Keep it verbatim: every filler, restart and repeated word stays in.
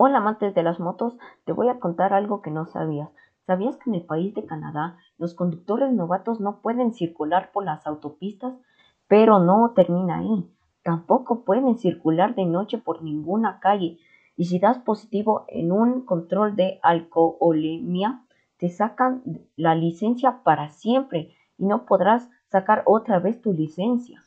Hola amantes de las motos, te voy a contar algo que no sabías. ¿Sabías que en el país de Canadá los conductores novatos no pueden circular por las autopistas? Pero no termina ahí. Tampoco pueden circular de noche por ninguna calle. Y si das positivo en un control de alcoholemia, te sacan la licencia para siempre y no podrás sacar otra vez tu licencia.